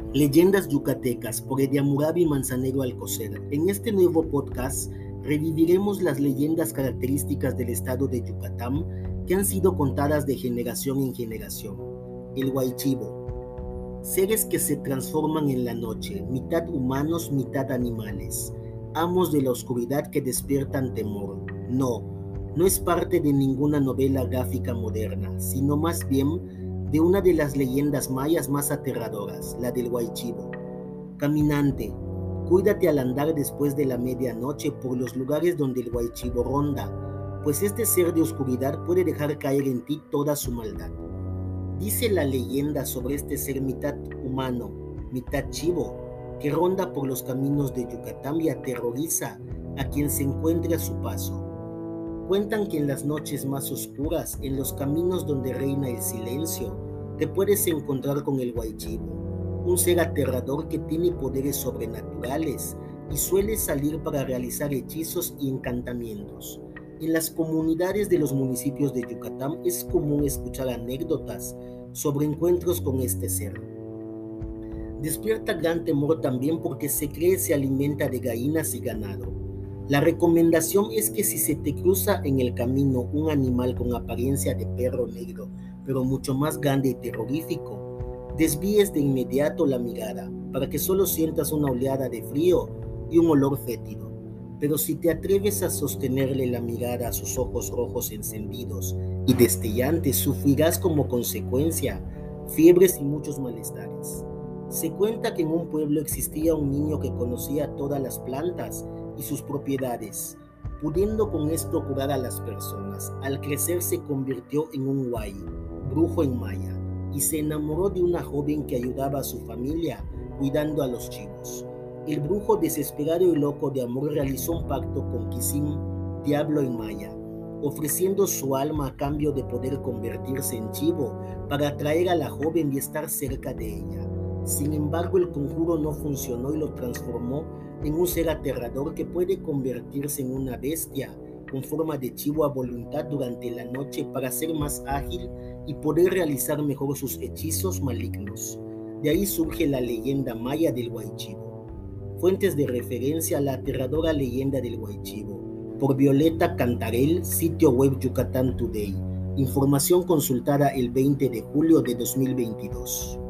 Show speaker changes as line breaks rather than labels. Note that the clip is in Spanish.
Leyendas yucatecas por Ediamurabi Manzanero Alcocer. En este nuevo podcast reviviremos las leyendas características del estado de Yucatán que han sido contadas de generación en generación. El Huaychivo. Seres que se transforman en la noche, mitad humanos, mitad animales. Amos de la oscuridad que despiertan temor. No es parte de ninguna novela gráfica moderna, sino más bien de una de las leyendas mayas más aterradoras, la del Huaychivo. Caminante, cuídate al andar después de la medianoche por los lugares donde el Huaychivo ronda, pues este ser de oscuridad puede dejar caer en ti toda su maldad. Dice la leyenda sobre este ser mitad humano, mitad chivo, que ronda por los caminos de Yucatán y aterroriza a quien se encuentre a su paso. Cuentan que en las noches más oscuras, en los caminos donde reina el silencio, te puedes encontrar con el Huaychivo, un ser aterrador que tiene poderes sobrenaturales y suele salir para realizar hechizos y encantamientos. En las comunidades de los municipios de Yucatán es común escuchar anécdotas sobre encuentros con este ser. Despierta gran temor también porque se cree se alimenta de gallinas y ganado. La recomendación es que si se te cruza en el camino un animal con apariencia de perro negro, pero mucho más grande y terrorífico, desvíes de inmediato la mirada para que solo sientas una oleada de frío y un olor fétido. Pero si te atreves a sostenerle la mirada a sus ojos rojos encendidos y destellantes, sufrirás como consecuencia fiebres y muchos malestares. Se cuenta que en un pueblo existía un niño que conocía todas las plantas y sus propiedades, pudiendo con esto curar a las personas. Al crecer se convirtió en un huay, brujo en maya, y se enamoró de una joven que ayudaba a su familia cuidando a los chivos. El brujo, desesperado y loco de amor, realizó un pacto con Quisim, diablo en maya, ofreciendo su alma a cambio de poder convertirse en chivo para atraer a la joven y estar cerca de ella. Sin embargo, el conjuro no funcionó y lo transformó en un ser aterrador que puede convertirse en una bestia con forma de chivo a voluntad durante la noche para ser más ágil y poder realizar mejor sus hechizos malignos. De ahí surge la leyenda maya del Huaychivo. Fuentes de referencia a la aterradora leyenda del Huaychivo, por Violeta Cantarell, sitio web Yucatán Today. Información consultada el 20 de julio de 2022.